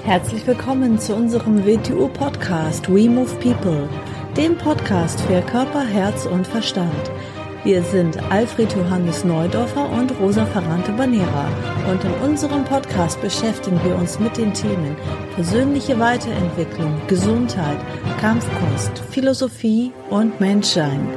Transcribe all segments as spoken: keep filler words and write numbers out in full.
Herzlich willkommen zu unserem W T U-Podcast We Move People, dem Podcast für Körper, Herz und Verstand. Wir sind Alfred Johannes Neudorfer und Rosa Ferrante-Banera und in unserem Podcast beschäftigen wir uns mit den Themen persönliche Weiterentwicklung, Gesundheit, Kampfkunst, Philosophie und Menschsein.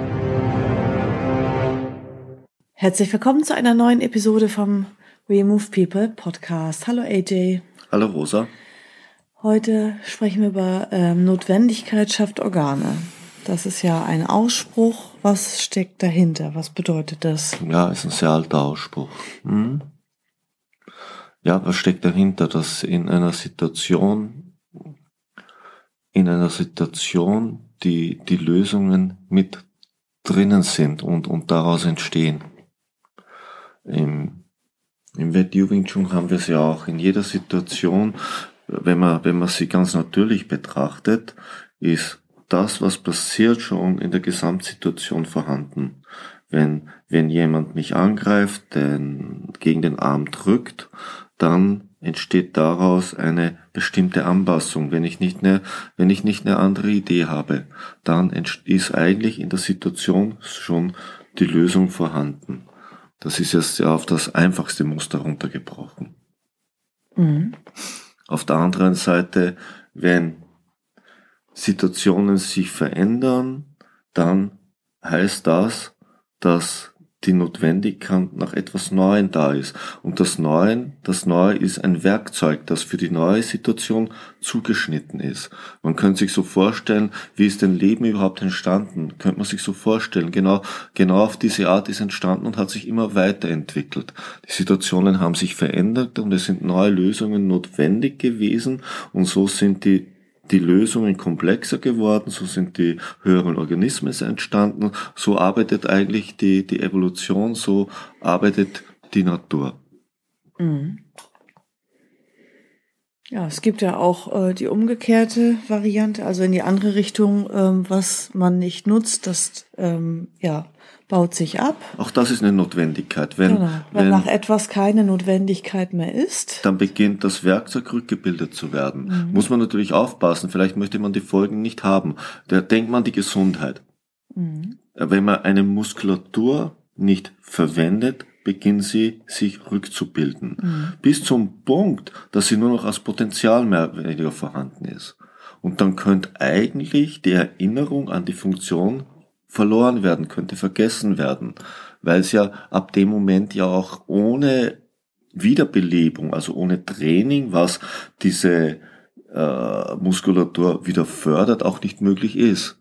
Herzlich willkommen zu einer neuen Episode vom We Move People Podcast. Hallo A J. Hallo Rosa. Heute sprechen wir über ähm, Notwendigkeit schafft Organe. Das ist ja ein Ausspruch. Was steckt dahinter? Was bedeutet das? Ja, ist ein sehr alter Ausspruch. Hm? Ja, was steckt dahinter? Dass in einer Situation, in einer Situation, die, die Lösungen mit drinnen sind und, und daraus entstehen. Im, im W T U Wing Chun haben wir es ja auch in jeder Situation, wenn man, wenn man sie ganz natürlich betrachtet, ist das, was passiert, schon in der Gesamtsituation vorhanden. Wenn, wenn jemand mich angreift, den, gegen den Arm drückt, dann entsteht daraus eine bestimmte Anpassung. Wenn ich nicht eine, wenn ich nicht eine andere Idee habe, dann ist eigentlich in der Situation schon die Lösung vorhanden. Das ist jetzt ja auf das einfachste Muster runtergebrochen. Mhm. Auf der anderen Seite, wenn Situationen sich verändern, dann heißt das, dass die Notwendigkeit nach etwas Neuem da ist. Und das Neue, das Neue ist ein Werkzeug, das für die neue Situation zugeschnitten ist. Man könnte sich so vorstellen, wie ist denn Leben überhaupt entstanden? Könnte man sich so vorstellen. Genau, genau auf diese Art ist entstanden und hat sich immer weiterentwickelt. Die Situationen haben sich verändert und es sind neue Lösungen notwendig gewesen und so sind die die Lösungen komplexer geworden, so sind die höheren Organismen entstanden, so arbeitet eigentlich die, die Evolution, so arbeitet die Natur. Mhm. Ja, es gibt ja auch äh, die umgekehrte Variante, also in die andere Richtung, ähm, was man nicht nutzt, das ähm, ja baut sich ab. Auch das ist eine Notwendigkeit. Wenn, genau. wenn, wenn nach etwas keine Notwendigkeit mehr ist, dann beginnt das Werkzeug rückgebildet zu werden. Mhm. Muss man natürlich aufpassen, vielleicht möchte man die Folgen nicht haben. Da denkt man an die Gesundheit. Mhm. Wenn man eine Muskulatur nicht verwendet, beginnt sie sich rückzubilden. Mhm. Bis zum Punkt, dass sie nur noch als Potenzial mehr oder weniger vorhanden ist. Und dann könnte eigentlich die Erinnerung an die Funktion verloren werden, könnte vergessen werden, weil es ja ab dem Moment ja auch ohne Wiederbelebung, also ohne Training, was diese äh, Muskulatur wieder fördert, auch nicht möglich ist.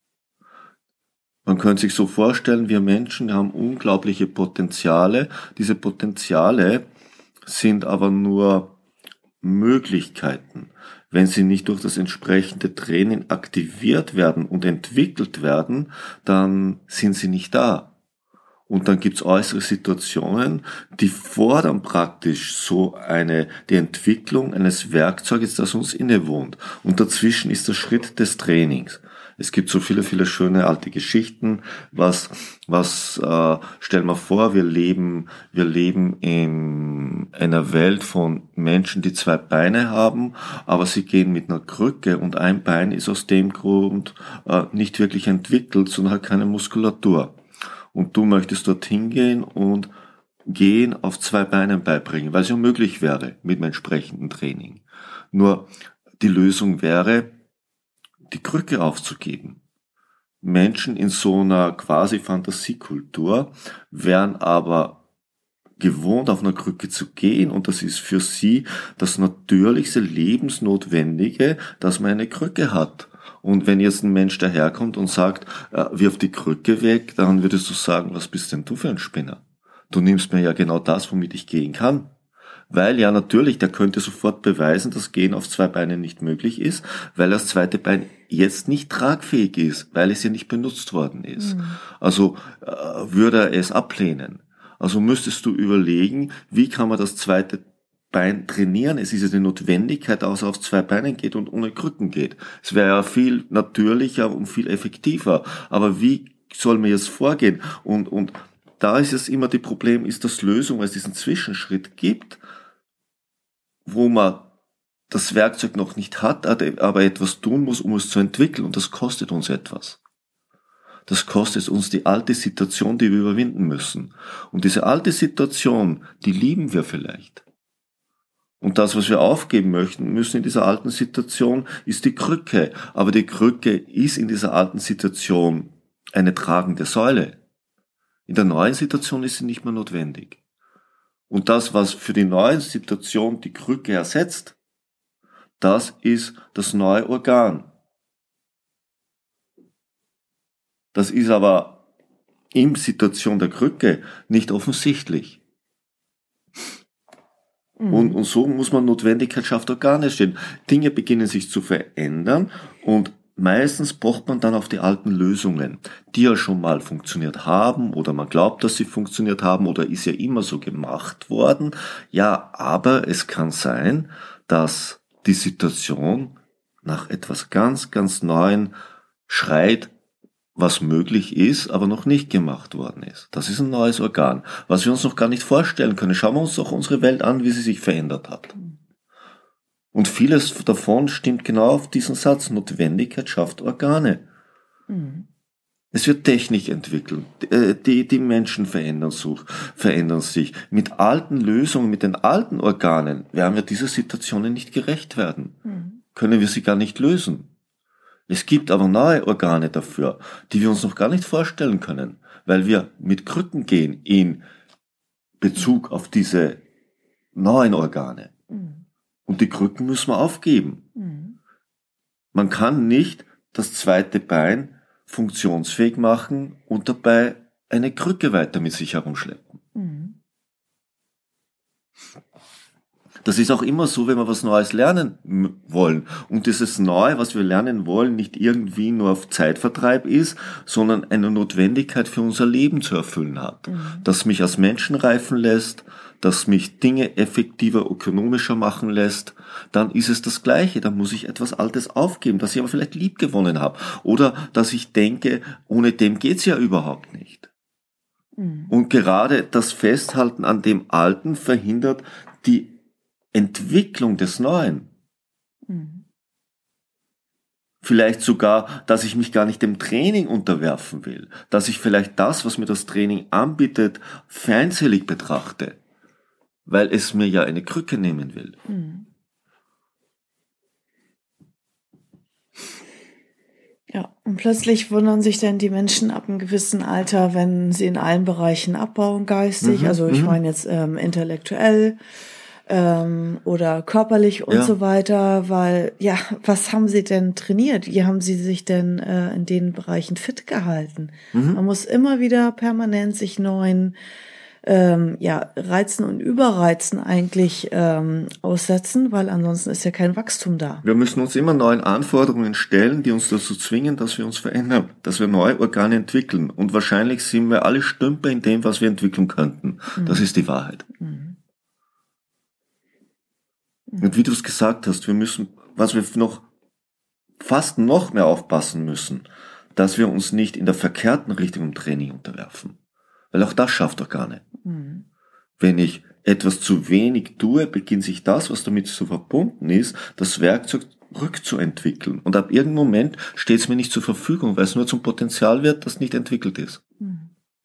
Man könnte sich so vorstellen, wir Menschen haben unglaubliche Potenziale. Diese Potenziale sind aber nur Möglichkeiten. Wenn sie nicht durch das entsprechende Training aktiviert werden und entwickelt werden, dann sind sie nicht da. Und dann gibt's äußere Situationen, die fordern praktisch so eine, die Entwicklung eines Werkzeuges, das uns innewohnt. Und dazwischen ist der Schritt des Trainings. Es gibt so viele, viele schöne alte Geschichten. Was, was, äh, stell mal vor, wir leben, wir leben in einer Welt von Menschen, die zwei Beine haben, aber sie gehen mit einer Krücke und ein Bein ist aus dem Grund äh, nicht wirklich entwickelt, sondern hat keine Muskulatur. Und du möchtest dorthin gehen und Gehen auf zwei Beinen beibringen, weil es ja möglich wäre mit dem entsprechenden Training. Nur die Lösung wäre, die Krücke aufzugeben. Menschen in so einer quasi Fantasiekultur wären aber gewohnt, auf einer Krücke zu gehen und das ist für sie das natürlichste, lebensnotwendige, dass man eine Krücke hat. Und wenn jetzt ein Mensch daherkommt und sagt, äh, wirf die Krücke weg, dann würdest du sagen, was bist denn du für ein Spinner? Du nimmst mir ja genau das, womit ich gehen kann. Weil ja natürlich, der könnte sofort beweisen, dass Gehen auf zwei Beinen nicht möglich ist, weil das zweite Bein jetzt nicht tragfähig ist, weil es ja nicht benutzt worden ist. Mhm. Also äh, würde er es ablehnen. Also müsstest du überlegen, wie kann man das zweite Bein trainieren. Es ist ja die Notwendigkeit, dass er auf zwei Beinen geht und ohne Krücken geht. Es wäre ja viel natürlicher und viel effektiver. Aber wie soll man jetzt vorgehen? Und, und da ist es immer die Problem, ist das Lösung, weil es diesen Zwischenschritt gibt, wo man das Werkzeug noch nicht hat, aber etwas tun muss, um es zu entwickeln. Und das kostet uns etwas. Das kostet uns die alte Situation, die wir überwinden müssen. Und diese alte Situation, die lieben wir vielleicht. Und das, was wir aufgeben möchten, müssen in dieser alten Situation, ist die Krücke. Aber die Krücke ist in dieser alten Situation eine tragende Säule. In der neuen Situation ist sie nicht mehr notwendig. Und das, was für die neue Situation die Krücke ersetzt, das ist das neue Organ. Das ist aber in Situation der Krücke nicht offensichtlich. Mhm. Und, und so muss man Notwendigkeit schafft Organe stehen. Dinge beginnen sich zu verändern und meistens pocht man dann auf die alten Lösungen, die ja schon mal funktioniert haben oder man glaubt, dass sie funktioniert haben oder ist ja immer so gemacht worden. Ja, aber es kann sein, dass die Situation nach etwas ganz, ganz Neuen schreit, was möglich ist, aber noch nicht gemacht worden ist. Das ist ein neues Organ, was wir uns noch gar nicht vorstellen können. Schauen wir uns doch unsere Welt an, wie sie sich verändert hat. Und vieles davon stimmt genau auf diesen Satz. Notwendigkeit schafft Organe. Mhm. Es wird Technik entwickelt. Die, die Menschen verändern, such, verändern sich. Mit alten Lösungen, mit den alten Organen werden wir dieser Situationen nicht gerecht werden. Mhm. Können wir sie gar nicht lösen. Es gibt aber neue Organe dafür, die wir uns noch gar nicht vorstellen können, weil wir mit Krücken gehen in Bezug auf diese neuen Organe. Mhm. Und die Krücken müssen wir aufgeben. Mhm. Man kann nicht das zweite Bein funktionsfähig machen und dabei eine Krücke weiter mit sich herumschleppen. Mhm. Das ist auch immer so, wenn wir was Neues lernen wollen. Und dieses Neue, was wir lernen wollen, nicht irgendwie nur auf Zeitvertreib ist, sondern eine Notwendigkeit für unser Leben zu erfüllen hat. Mhm. Das mich als Menschen reifen lässt, das mich Dinge effektiver, ökonomischer machen lässt, dann ist es das Gleiche. Dann muss ich etwas Altes aufgeben, das ich aber vielleicht lieb gewonnen habe. Oder dass ich denke, ohne dem geht's ja überhaupt nicht. Mhm. Und gerade das Festhalten an dem Alten verhindert die Entwicklung des Neuen. Mhm. Vielleicht sogar, dass ich mich gar nicht dem Training unterwerfen will, dass ich vielleicht das, was mir das Training anbietet, feindselig betrachte, weil es mir ja eine Krücke nehmen will. Mhm. Ja, und plötzlich wundern sich dann die Menschen ab einem gewissen Alter, wenn sie in allen Bereichen abbauen, geistig, mhm. also ich mhm. meine jetzt ähm, intellektuell, Ähm, oder körperlich und ja. so weiter, weil, ja, was haben sie denn trainiert? Wie haben sie sich denn äh, in den Bereichen fit gehalten? Mhm. Man muss immer wieder permanent sich neuen ähm, ja, Reizen und Überreizen eigentlich ähm, aussetzen, weil ansonsten ist ja kein Wachstum da. Wir müssen uns immer neuen Anforderungen stellen, die uns dazu zwingen, dass wir uns verändern, dass wir neue Organe entwickeln. Und wahrscheinlich sind wir alle Stümper in dem, was wir entwickeln könnten. Mhm. Das ist die Wahrheit. Mhm. Und wie du es gesagt hast, wir müssen, was wir noch fast noch mehr aufpassen müssen, dass wir uns nicht in der verkehrten Richtung im Training unterwerfen. Weil auch das schafft Organe. Mhm. Wenn ich etwas zu wenig tue, beginnt sich das, was damit so verbunden ist, das Werkzeug rückzuentwickeln. Und ab irgendeinem Moment steht es mir nicht zur Verfügung, weil es nur zum Potenzial wird, das nicht entwickelt ist. Mhm.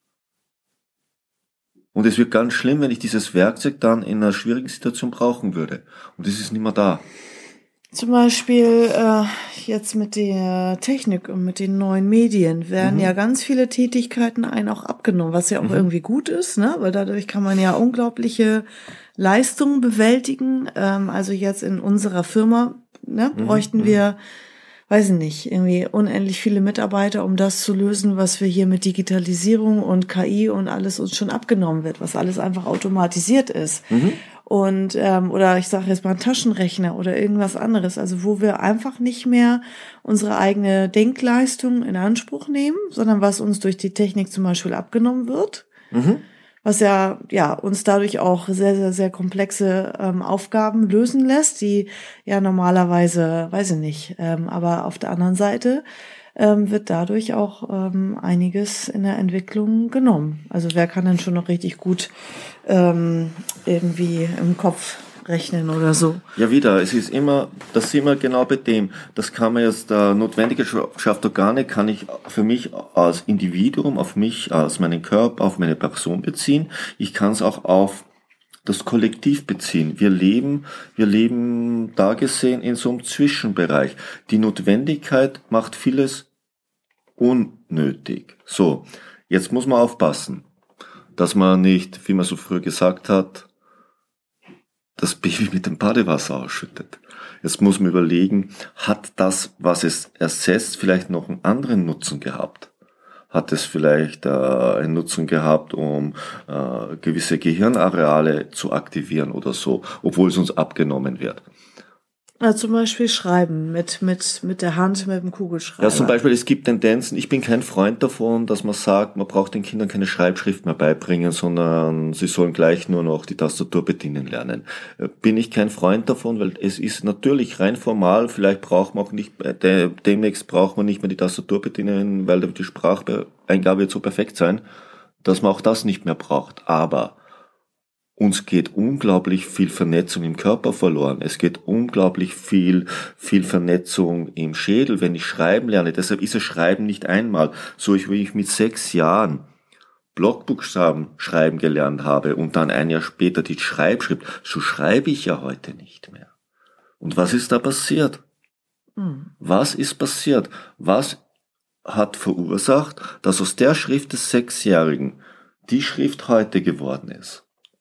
Und es wird ganz schlimm, wenn ich dieses Werkzeug dann in einer schwierigen Situation brauchen würde. Und es ist nicht mehr da. Zum Beispiel äh, jetzt mit der Technik und mit den neuen Medien werden mhm. ja ganz viele Tätigkeiten einen auch abgenommen, was ja auch mhm. irgendwie gut ist, ne? Weil dadurch kann man ja unglaubliche Leistungen bewältigen. Ähm, also jetzt in unserer Firma ne, bräuchten mhm. wir, weiß ich nicht, irgendwie unendlich viele Mitarbeiter, um das zu lösen, was wir hier mit Digitalisierung und K I und alles uns schon abgenommen wird, was alles einfach automatisiert ist. Mhm. Und ähm, oder ich sage jetzt mal einen Taschenrechner oder irgendwas anderes, also wo wir einfach nicht mehr unsere eigene Denkleistung in Anspruch nehmen, sondern was uns durch die Technik zum Beispiel abgenommen wird. Mhm. Was ja, ja, uns dadurch auch sehr, sehr, sehr komplexe ähm, Aufgaben lösen lässt, die ja normalerweise, weiß ich nicht, ähm, aber auf der anderen Seite ähm, wird dadurch auch ähm, einiges in der Entwicklung genommen. Also wer kann denn schon noch richtig gut ähm, irgendwie im Kopf rechnen oder so. Ja, wieder, es ist immer, das sind wir genau bei dem. Das kann man jetzt, der Notwendigkeitsorgane kann ich für mich als Individuum, auf mich, als meinen Körper, auf meine Person beziehen. Ich kann es auch auf das Kollektiv beziehen. Wir leben, wir leben da gesehen in so einem Zwischenbereich. Die Notwendigkeit macht vieles unnötig. So, jetzt muss man aufpassen, dass man nicht, wie man so früher gesagt hat, das Baby mit dem Badewasser ausschüttet. Jetzt muss man überlegen, hat das, was es ersetzt, vielleicht noch einen anderen Nutzen gehabt? Hat es vielleicht äh, einen Nutzen gehabt, um äh, gewisse Gehirnareale zu aktivieren oder so, obwohl es uns abgenommen wird? Ja, zum Beispiel schreiben mit mit mit der Hand, mit dem Kugelschreiber. Ja, zum Beispiel, es gibt Tendenzen, ich bin kein Freund davon, dass man sagt, man braucht den Kindern keine Schreibschrift mehr beibringen, sondern sie sollen gleich nur noch die Tastatur bedienen lernen. Bin ich kein Freund davon, weil es ist natürlich rein formal, vielleicht braucht man auch nicht, demnächst braucht man nicht mehr die Tastatur bedienen, weil die Spracheingabe wird so perfekt sein, dass man auch das nicht mehr braucht. Aber uns geht unglaublich viel Vernetzung im Körper verloren. Es geht unglaublich viel, viel Vernetzung im Schädel, wenn ich schreiben lerne. Deshalb ist das Schreiben nicht einmal. So wie ich mit sechs Jahren Blockbuchstaben schreiben gelernt habe und dann ein Jahr später die Schreibschrift, so schreibe ich ja heute nicht mehr. Und was ist da passiert? Hm. Was ist passiert? Was hat verursacht, dass aus der Schrift des Sechsjährigen die Schrift heute geworden ist?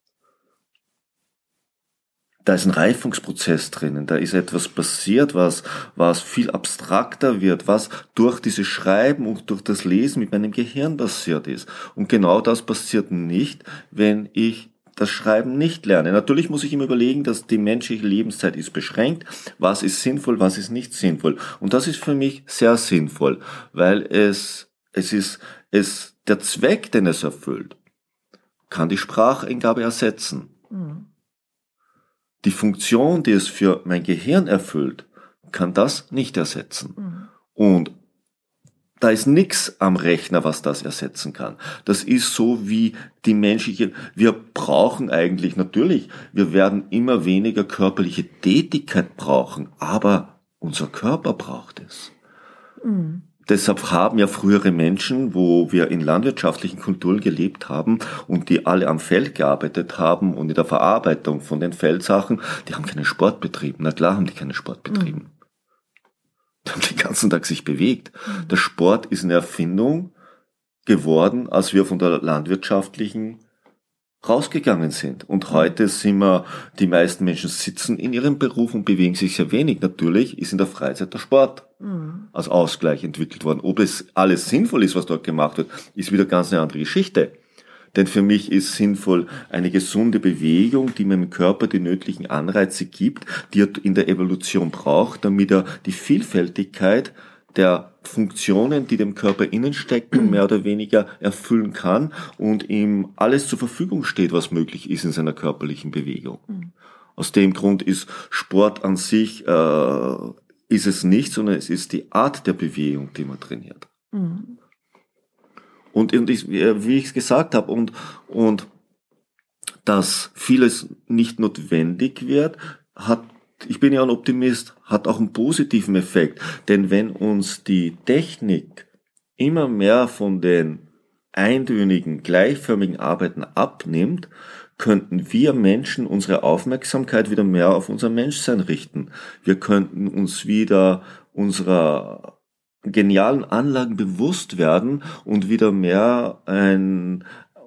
Da ist ein Reifungsprozess drinnen, da ist etwas passiert, was, was viel abstrakter wird, was durch dieses Schreiben und durch das Lesen mit meinem Gehirn passiert ist. Und genau das passiert nicht, wenn ich das Schreiben nicht lerne. Natürlich muss ich immer überlegen, dass die menschliche Lebenszeit ist beschränkt. Was ist sinnvoll, was ist nicht sinnvoll? Und das ist für mich sehr sinnvoll, weil es, es ist, es, der Zweck, den es erfüllt, kann die Spracheingabe ersetzen. Mhm. Die Funktion, die es für mein Gehirn erfüllt, kann das nicht ersetzen. Mhm. Und da ist nichts am Rechner, was das ersetzen kann. Das ist so wie die menschliche, wir brauchen eigentlich, natürlich, wir werden immer weniger körperliche Tätigkeit brauchen, aber unser Körper braucht es. Mhm. Deshalb haben ja frühere Menschen, wo wir in landwirtschaftlichen Kulturen gelebt haben und die alle am Feld gearbeitet haben und in der Verarbeitung von den Feldsachen, die haben keinen Sport betrieben. Na klar haben die keinen Sport betrieben. Mhm. Die haben den ganzen Tag sich bewegt. Mhm. Der Sport ist eine Erfindung geworden, als wir von der landwirtschaftlichen rausgegangen sind. Und heute sind wir, die meisten Menschen sitzen in ihrem Beruf und bewegen sich sehr wenig. Natürlich ist in der Freizeit der Sport mhm. als Ausgleich entwickelt worden. Ob es alles sinnvoll ist, was dort gemacht wird, ist wieder ganz eine andere Geschichte. Denn für mich ist sinnvoll eine gesunde Bewegung, die meinem Körper die nötigen Anreize gibt, die er in der Evolution braucht, damit er die Vielfältigkeit der Funktionen, die dem Körper innen stecken, mehr oder weniger erfüllen kann und ihm alles zur Verfügung steht, was möglich ist in seiner körperlichen Bewegung. Mhm. Aus dem Grund ist Sport an sich, äh, ist es nicht, sondern es ist die Art der Bewegung, die man trainiert. Mhm. Und, und ich, wie ich es gesagt habe, und, und dass vieles nicht notwendig wird, hat ich bin ja ein Optimist, hat auch einen positiven Effekt. Denn wenn uns die Technik immer mehr von den eintönigen, gleichförmigen Arbeiten abnimmt, könnten wir Menschen unsere Aufmerksamkeit wieder mehr auf unser Menschsein richten. Wir könnten uns wieder unserer genialen Anlagen bewusst werden und wieder mehr ein,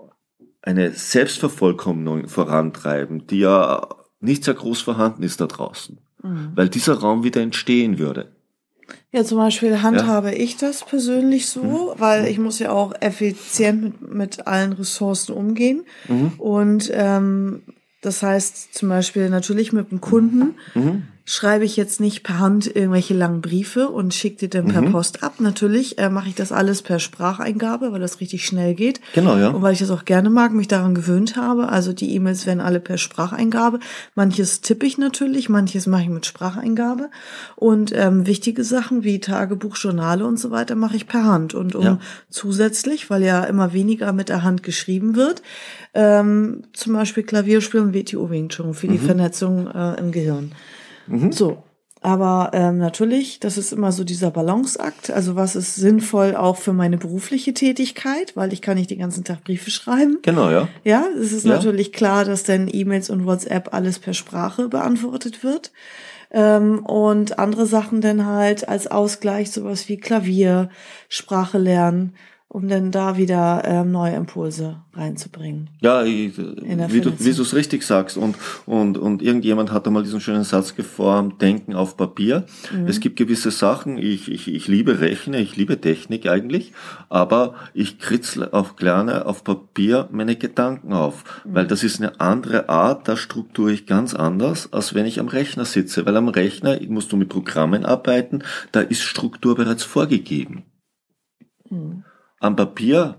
eine Selbstvervollkommnung vorantreiben, die ja nicht sehr groß vorhanden ist da draußen, mhm. weil dieser Raum wieder entstehen würde. Ja, zum Beispiel handhabe ja. ich das persönlich so, mhm. weil ich muss ja auch effizient mit, mit allen Ressourcen umgehen. Mhm. Und ähm, das heißt zum Beispiel natürlich mit dem Kunden mhm. schreibe ich jetzt nicht per Hand irgendwelche langen Briefe und schicke die dann per mhm. Post ab. Natürlich äh, mache ich das alles per Spracheingabe, weil das richtig schnell geht. Genau, ja. Und weil ich das auch gerne mag, mich daran gewöhnt habe. Also die E-Mails werden alle per Spracheingabe. Manches tippe ich natürlich, manches mache ich mit Spracheingabe. Und ähm, wichtige Sachen wie Tagebuch, Journale und so weiter mache ich per Hand. Und um ja. zusätzlich, weil ja immer weniger mit der Hand geschrieben wird, ähm, zum Beispiel Klavierspielen, W T O Wing Chun für die mhm. Vernetzung äh, im Gehirn. Mhm. So, aber ähm, natürlich, das ist immer so dieser Balanceakt. Also was ist sinnvoll auch für meine berufliche Tätigkeit, weil ich kann nicht den ganzen Tag Briefe schreiben. Genau, ja. Ja, es ist ja. natürlich klar, dass dann E-Mails und WhatsApp alles per Sprache beantwortet wird. Ähm, und andere Sachen dann halt als Ausgleich, sowas wie Klavier, Sprache lernen, um dann da wieder ähm, neue Impulse reinzubringen. Ja, ich, wie du wie du es richtig sagst. Und, und, und irgendjemand hat einmal diesen schönen Satz geformt, Denken auf Papier. Mhm. Es gibt gewisse Sachen, ich, ich, ich liebe Rechnen, ich liebe Technik eigentlich, aber ich kritzle auch gerne auf Papier meine Gedanken auf, mhm. weil das ist eine andere Art, da strukturiere ich ganz anders, als wenn ich am Rechner sitze. Weil am Rechner musst du mit Programmen arbeiten, da ist Struktur bereits vorgegeben. Mhm. Am Papier,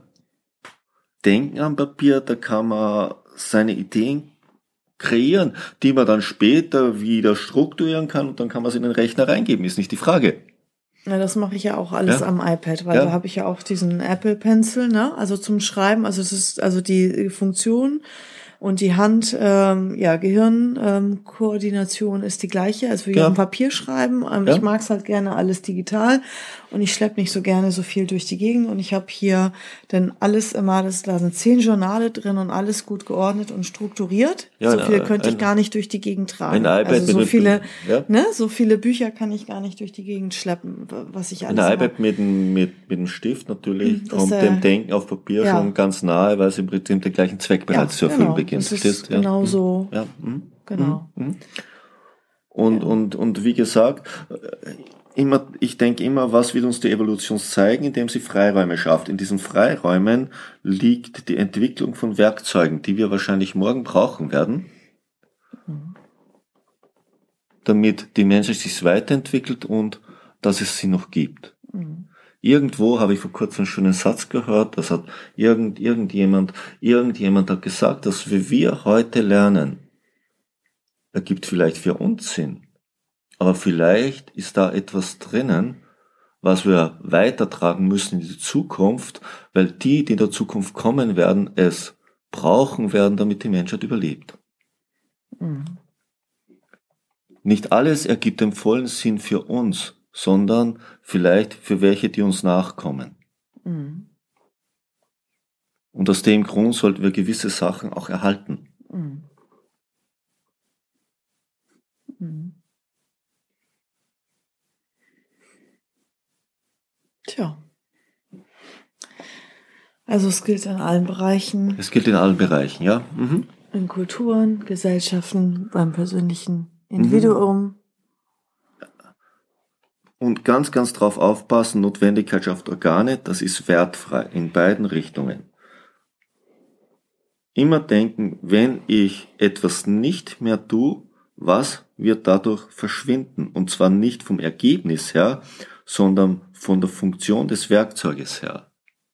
denken am Papier, da kann man seine Ideen kreieren, die man dann später wieder strukturieren kann und dann kann man sie in den Rechner reingeben, ist nicht die Frage. Ja, das mache ich ja auch alles ja. am iPad, weil ja. da habe ich ja auch diesen Apple Pencil, ne? Also zum Schreiben, also es ist also die Funktion und die Hand, ähm, ja, Gehirnkoordination ähm, ist die gleiche, als würde ich ja. auf dem Papier schreiben. Ähm, ja. Ich mag es halt gerne alles digital und ich schleppe nicht so gerne so viel durch die Gegend. Und ich habe hier dann alles immer, das, da sind zehn Journale drin und alles gut geordnet und strukturiert. Ja, so viel könnte ein, ich gar nicht durch die Gegend tragen. Ein iPad also so mit viele, ja. ne, so viele Bücher kann ich gar nicht durch die Gegend schleppen, was ich alles Ein iPad mit dem mit mit dem Stift natürlich das, kommt äh, dem Denken auf Papier ja. schon ganz nahe, weil es im Prinzip den gleichen Zweck bereits zu ja, erfüllen genau. beginnt. Das ist ja. genau so. Ja. Mhm. Genau. Mhm. Und, ja. und, und wie gesagt, immer, ich denke immer, was wird uns die Evolution zeigen, indem sie Freiräume schafft. In diesen Freiräumen liegt die Entwicklung von Werkzeugen, die wir wahrscheinlich morgen brauchen werden, mhm. damit die Menschheit sich weiterentwickelt und dass es sie noch gibt. Mhm. Irgendwo habe ich vor kurzem einen schönen Satz gehört, das hat irgend, irgendjemand, irgendjemand hat gesagt, dass wir heute lernen, ergibt vielleicht für uns Sinn. Aber vielleicht ist da etwas drinnen, was wir weitertragen müssen in die Zukunft, weil die, die in der Zukunft kommen werden, es brauchen werden, damit die Menschheit überlebt. Mhm. Nicht alles ergibt den vollen Sinn für uns, sondern vielleicht für welche, die uns nachkommen. Mhm. Und aus dem Grund sollten wir gewisse Sachen auch erhalten. Mhm. Mhm. Tja. Also es gilt in allen Bereichen. Es gilt in allen Bereichen, ja. Mhm. In Kulturen, Gesellschaften, beim persönlichen Individuum. Mhm. Und ganz, ganz drauf aufpassen, Notwendigkeit schafft Organe, das ist wertfrei in beiden Richtungen. Immer denken, wenn ich etwas nicht mehr tue, was wird dadurch verschwinden? Und zwar nicht vom Ergebnis her, sondern von der Funktion des Werkzeuges her.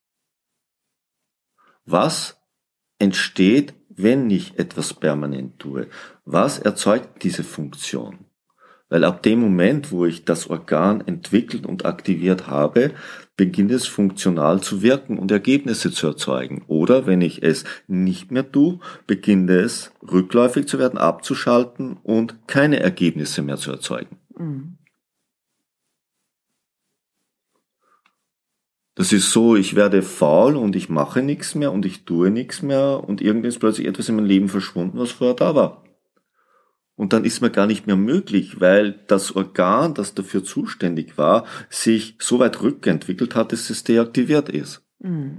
Was entsteht, wenn ich etwas permanent tue? Was erzeugt diese Funktion? Weil ab dem Moment, wo ich das Organ entwickelt und aktiviert habe, beginnt es funktional zu wirken und Ergebnisse zu erzeugen. Oder wenn ich es nicht mehr tue, beginnt es rückläufig zu werden, abzuschalten und keine Ergebnisse mehr zu erzeugen. Mhm. Das ist so, ich werde faul und ich mache nichts mehr und ich tue nichts mehr und irgendwann ist plötzlich etwas in meinem Leben verschwunden, was vorher da war. Und dann ist mir gar nicht mehr möglich, weil das Organ, das dafür zuständig war, sich so weit rückentwickelt hat, dass es deaktiviert ist. Mhm.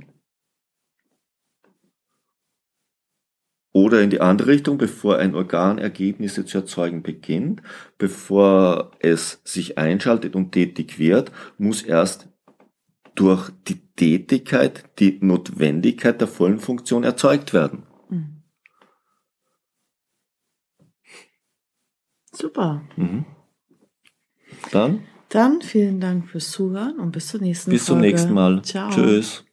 Oder in die andere Richtung, bevor ein Organ Ergebnisse zu erzeugen beginnt, bevor es sich einschaltet und tätig wird, muss erst durch die Tätigkeit die Notwendigkeit der vollen Funktion erzeugt werden. Super. Mhm. Dann? Dann vielen Dank fürs Zuhören und bis zur nächsten bis Folge. Bis zum nächsten Mal. Ciao. Tschüss.